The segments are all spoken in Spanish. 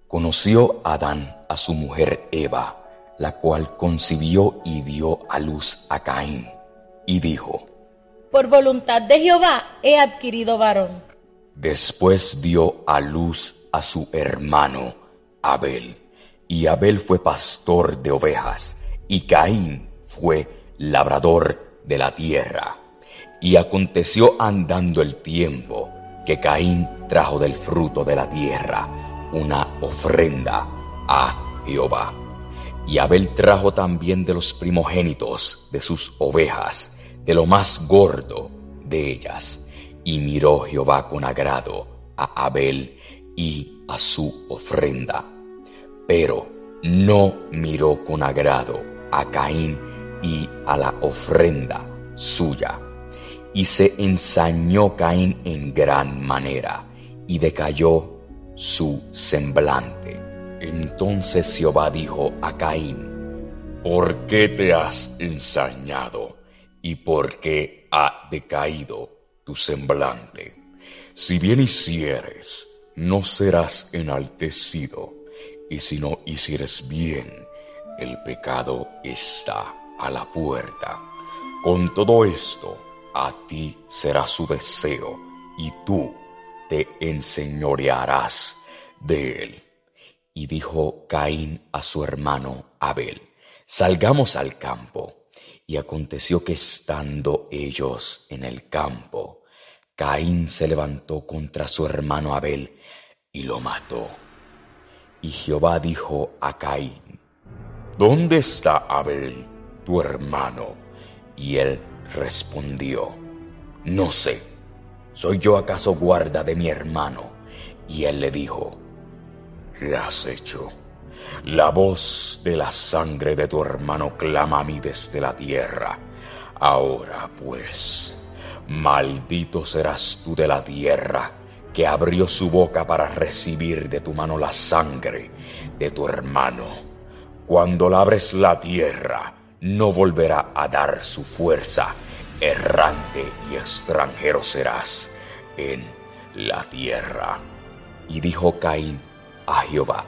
Conoció Adán a su mujer Eva, la cual concibió y dio a luz a Caín, y dijo: Por voluntad de Jehová he adquirido varón. Después dio a luz a su hermano Abel, y Abel fue pastor de ovejas, y Caín fue labrador de la tierra. Y aconteció andando el tiempo, que Caín trajo del fruto de la tierra una ofrenda a Jehová. Y Abel trajo también de los primogénitos de sus ovejas, de lo más gordo de ellas. Y miró Jehová con agrado a Abel y a su ofrenda, pero no miró con agrado a Caín y a la ofrenda suya. Y se ensañó Caín en gran manera, y decayó su semblante. Entonces Jehová dijo a Caín: ¿Por qué te has ensañado? ¿Y por qué ha decaído tu semblante? Si bien hicieres, no serás enaltecido, y si no hicieres bien, el pecado está a la puerta. Con todo esto, a ti será su deseo, y tú te enseñorearás de él. Y dijo Caín a su hermano Abel: Salgamos al campo. Y aconteció que estando ellos en el campo, Caín se levantó contra su hermano Abel y lo mató. Y Jehová dijo a Caín: ¿Dónde está Abel, tu hermano? Y él respondió: No sé, ¿soy yo acaso guarda de mi hermano? Y él le dijo: ¿Qué has hecho? La voz de la sangre de tu hermano clama a mí desde la tierra. Ahora pues, maldito serás tú de la tierra, que abrió su boca para recibir de tu mano la sangre de tu hermano. Cuando labres la tierra, no volverá a dar su fuerza. Errante y extranjero serás en la tierra. Y dijo Caín a Jehová: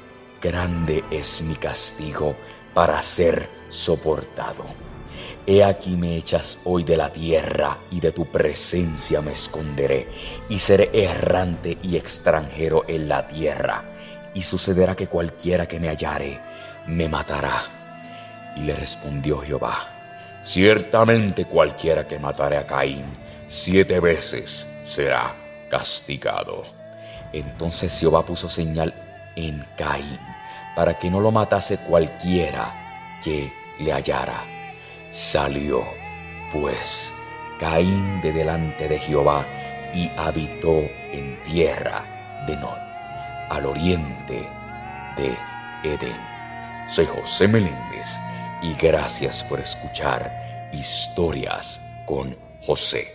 Grande es mi castigo para ser soportado. He aquí me echas hoy de la tierra, y de tu presencia me esconderé, y seré errante y extranjero en la tierra. Y sucederá que cualquiera que me hallare me matará. Y le respondió Jehová: Ciertamente cualquiera que matare a Caín 7 veces será castigado. Entonces Jehová puso señal en Caín, para que no lo matase cualquiera que le hallara. Salió, pues, Caín de delante de Jehová, y habitó en tierra de Nod, al oriente de Edén. Soy José Meléndez, y gracias por escuchar Historias con José.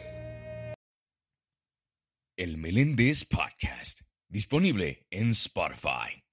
El Meléndez Podcast, disponible en Spotify.